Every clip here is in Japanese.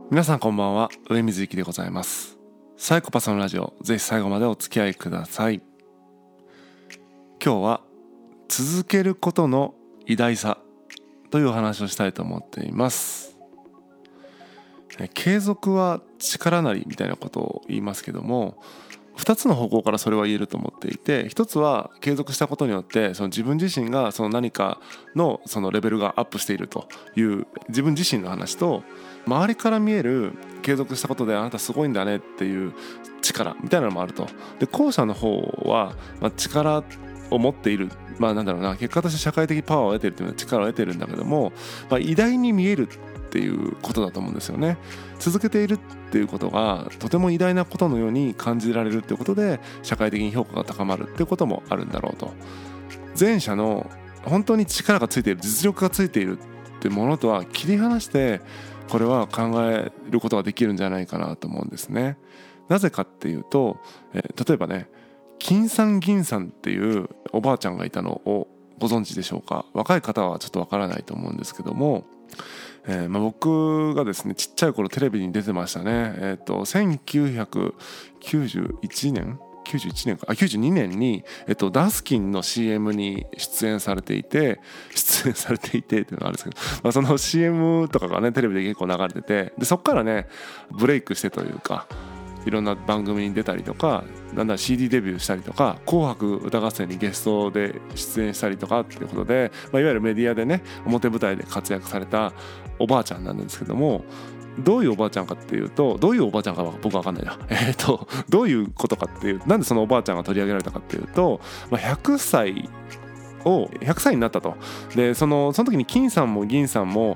皆さんこんばんは、上水幸でございます。サイコパスのラジオ、ぜひ最後までお付き合いください。今日は続けることの偉大さというお話をしたいと思っています。継続は力なりみたいなことを言いますけども、2つの方向からそれは言えると思っていて、1つは継続したことによってその自分自身がその何かのそのレベルがアップしているという自分自身の話と、周りから見える継続したことであなたすごいんだねっていう力みたいなのもあると。で、後者の方は、力を持っている、結果として社会的パワーを得ているという力を得ているんだけども、偉大に見えるっていうことだと思うんですよね。続けているっていうことがとても偉大なことのように感じられるっていうことで、社会的に評価が高まるっていうこともあるんだろうと。前者の本当に力がついている、実力がついているっていうものとは切り離して、これは考えることができるんじゃないかなと思うんですね。なぜかっていうと、例えばね、金さん銀さんっていうおばあちゃんがいたのをご存知でしょうか。若い方はちょっとわからないと思うんですけども、僕がですね、ちっちゃい頃テレビに出てましたね。1991年92年に、ダスキンの CM に出演されていてっていうのがあるんですけど、その CM とかがねテレビで結構流れてて、でそっからねブレイクしてというか、いろんな番組に出たりとか、だんだん CD デビューしたりとか、紅白歌合戦にゲストで出演したりとかっていうことで、いわゆるメディアでね表舞台で活躍されたおばあちゃんなんですけども、どういうおばあちゃんかっていうと、どういうおばあちゃんかは僕は分かんないな。どういうことかっていう、なんでそのおばあちゃんが取り上げられたかっていうと、100歳になったと。でその時に金さんも銀さんも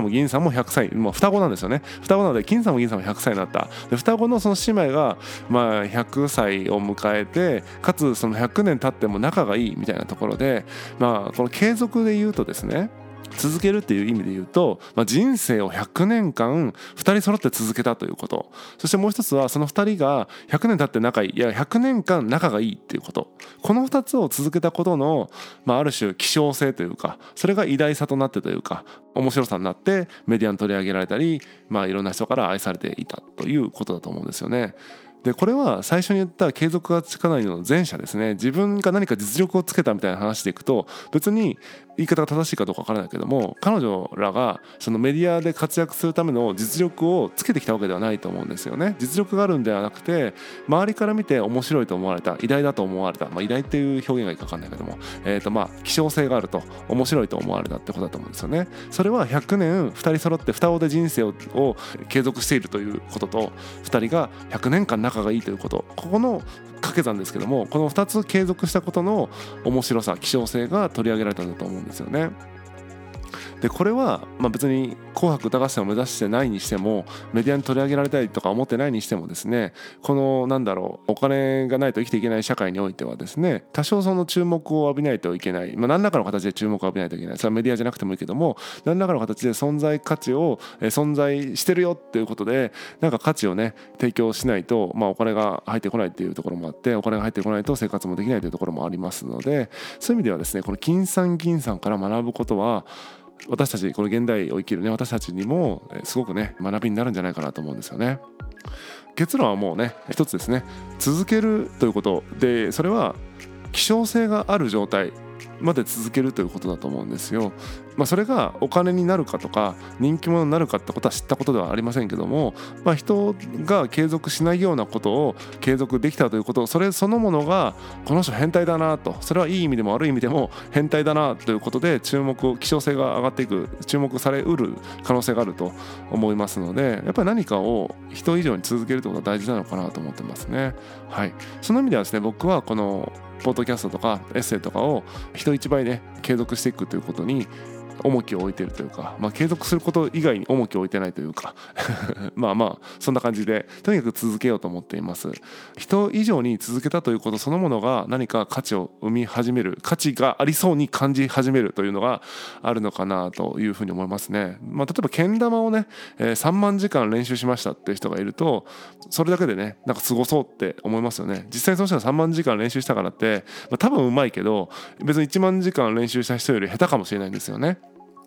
100歳、双子なんですよね。双子なので金さんも銀さんも100歳になった。で双子のその姉妹が100歳を迎えて、かつその100年経っても仲がいいみたいなところで、この継続で言うとですね、続けるっていう意味で言うと、人生を100年間2人揃って続けたということ。そしてもう一つは、その2人が100年経って仲いい、100年間仲がいいっていうこと。この2つを続けたことの、ある種希少性というか、それが偉大さとなってというか、面白さになってメディアに取り上げられたり、いろんな人から愛されていたということだと思うんですよね。でこれは最初に言った継続がつかないの前者ですね。自分が何か実力をつけたみたいな話でいくと、別に言い方が正しいかどうかわからないけども、彼女らがそのメディアで活躍するための実力をつけてきたわけではないと思うんですよね。実力があるんではなくて、周りから見て面白いと思われた、偉大だと思われた、偉大っていう表現がいいか分かんないけども、希少性があると、面白いと思われたってことだと思うんですよね。それは100年2人揃って双子で人生を継続しているということと、2人が100年間仲がいいということ、ここの掛け算ですけども、この2つ継続したことの面白さ、希少性が取り上げられたんだと思うんですよね。でこれは別に紅白歌合戦を目指してないにしても、メディアに取り上げられたりとか思ってないにしてもですね、このお金がないと生きていけない社会においてはですね、多少その注目を浴びないといけない、何らかの形で注目を浴びないといけない。それはメディアじゃなくてもいいけども、何らかの形で存在価値を存在してるよっていうことで、価値をね提供しないと、お金が入ってこないっていうところもあって、お金が入ってこないと生活もできないというところもありますので、そういう意味ではですね、この金さん銀さんから学ぶことは、私たちこの現代を生きるね私たちにもすごくね学びになるんじゃないかなと思うんですよね。結論はもうね一つですね。続けるということで、それは希少性がある状態まで続けるということだと思うんですよ。それがお金になるかとか人気者になるかってことは知ったことではありませんけども、人が継続しないようなことを継続できたということ、それそのものがこの人変態だなと、それはいい意味でも悪い意味でも変態だなということで希少性が上がっていく、注目されうる可能性があると思いますので、やっぱり何かを人以上に続けるということが大事なのかなと思ってますね。はい、その意味ではですね、僕はこのポッドキャストとかエッセイとかを人一倍ね継続していくということに重きを置いているというか、継続すること以外に重きを置いてないというかそんな感じでとにかく続けようと思っています。人以上に続けたということそのものが何か価値を生み始める、価値がありそうに感じ始めるというのがあるのかなというふうに思いますね。例えばけん玉をね、3万時間練習しましたっていう人がいると、それだけでねすごそうって思いますよね。実際その人が3万時間練習したからって、多分うまいけど別に1万時間練習した人より下手かもしれないんですよね。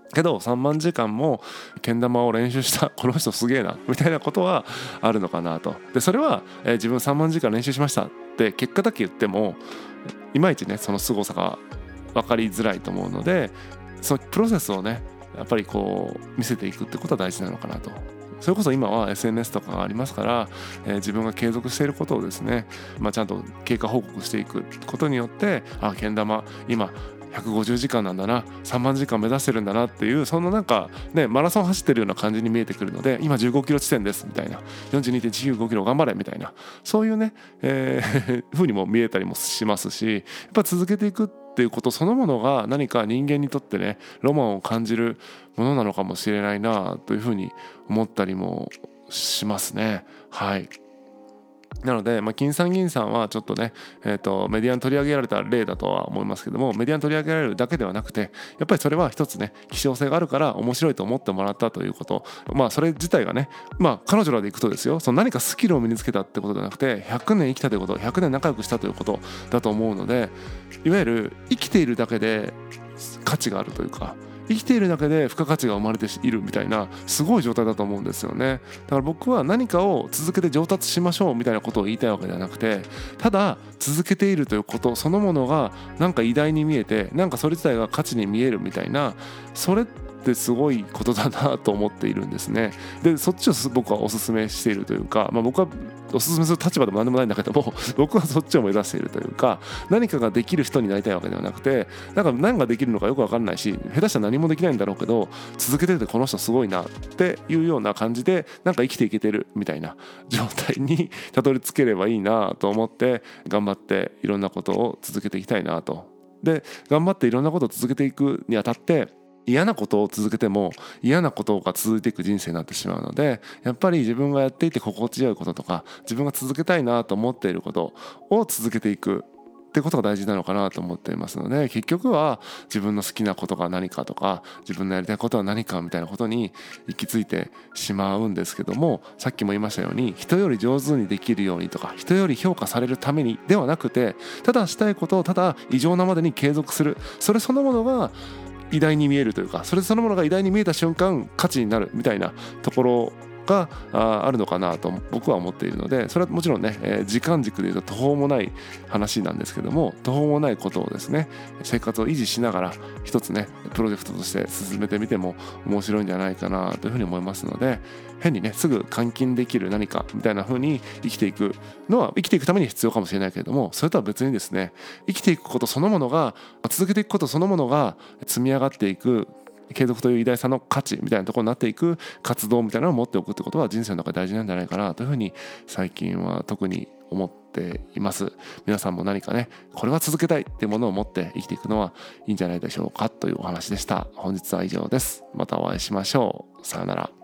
けど3万時間もけん玉を練習したこの人すげえなみたいなことはあるのかなと。でそれは、自分3万時間練習しましたって結果だけ言ってもいまいちねその凄さが分かりづらいと思うので、そのプロセスをねやっぱりこう見せていくってことは大事なのかなと。それこそ今は SNS とかがありますから、自分が継続していることをですね、ちゃんと経過報告していくことによって、けん玉今150時間なんだな、3万時間目指してるんだなっていう、そのなんかねマラソン走ってるような感じに見えてくるので、今15キロ地点ですみたいな、42.195 キロ頑張れみたいな、そういうね、風にも見えたりもしますし、やっぱ続けていくっていうことそのものが何か人間にとってねロマンを感じるものなのかもしれないなというふうに思ったりもしますね。はい。なので、金さん銀さんはちょっとね、メディアに取り上げられた例だとは思いますけども、メディアに取り上げられるだけではなくて、やっぱりそれは一つね希少性があるから面白いと思ってもらったということ、それ自体がね、彼女らでいくとですよ、その何かスキルを身につけたってことじゃなくて100年生きたということ、100年仲良くしたということだと思うので、いわゆる生きているだけで価値があるというか、生きているだけで付加価値が生まれているみたいなすごい状態だと思うんですよね。だから僕は何かを続けて上達しましょうみたいなことを言いたいわけではなくて、ただ続けているということそのものがなんか偉大に見えて、なんかそれ自体が価値に見えるみたいな、それってすごいことだなと思っているんですね。でそっちを僕はお勧めしているというか、僕はお勧めする立場でも何でもないんだけども僕はそっちを目指しているというか、何かができる人になりたいわけではなくて、何ができるのかよく分かんないし、下手したら何もできないんだろうけど続けててこの人すごいなっていうような感じでなんか生きていけてるみたいな状態にたどり着ければいいなと思って頑張っていろんなことを続けていきたいなと。で頑張っていろんなことを続けていくにあたって嫌なことを続けても嫌なことが続いていく人生になってしまうので、やっぱり自分がやっていて心地よいこととか自分が続けたいなと思っていることを続けていくってことが大事なのかなと思っていますので、結局は自分の好きなことが何かとか自分のやりたいことは何かみたいなことに行き着いてしまうんですけども、さっきも言いましたように人より上手にできるようにとか人より評価されるためにではなくて、ただしたいことをただ異常なまでに継続する、それそのものが偉大に見えるというか、それそのものが偉大に見えた瞬間価値になるみたいなところがあるのかなと僕は思っているので、それはもちろんね、時間軸でいうと途方もない話なんですけども、途方もないことをですね生活を維持しながら一つねプロジェクトとして進めてみても面白いんじゃないかなというふうに思いますので、変にねすぐ換金できる何かみたいな風に生きていくのは生きていくために必要かもしれないけれども、それとは別にですね生きていくことそのものが続けていくことそのものが積み上がっていく継続という偉大さの価値みたいなところになっていく活動みたいなのを持っておくってことは人生の中で大事なんじゃないかなというふうに最近は特に思っています。皆さんも何かねこれは続けたいっていうものを持って生きていくのはいいんじゃないでしょうかというお話でした。本日は以上です。またお会いしましょう。さようなら。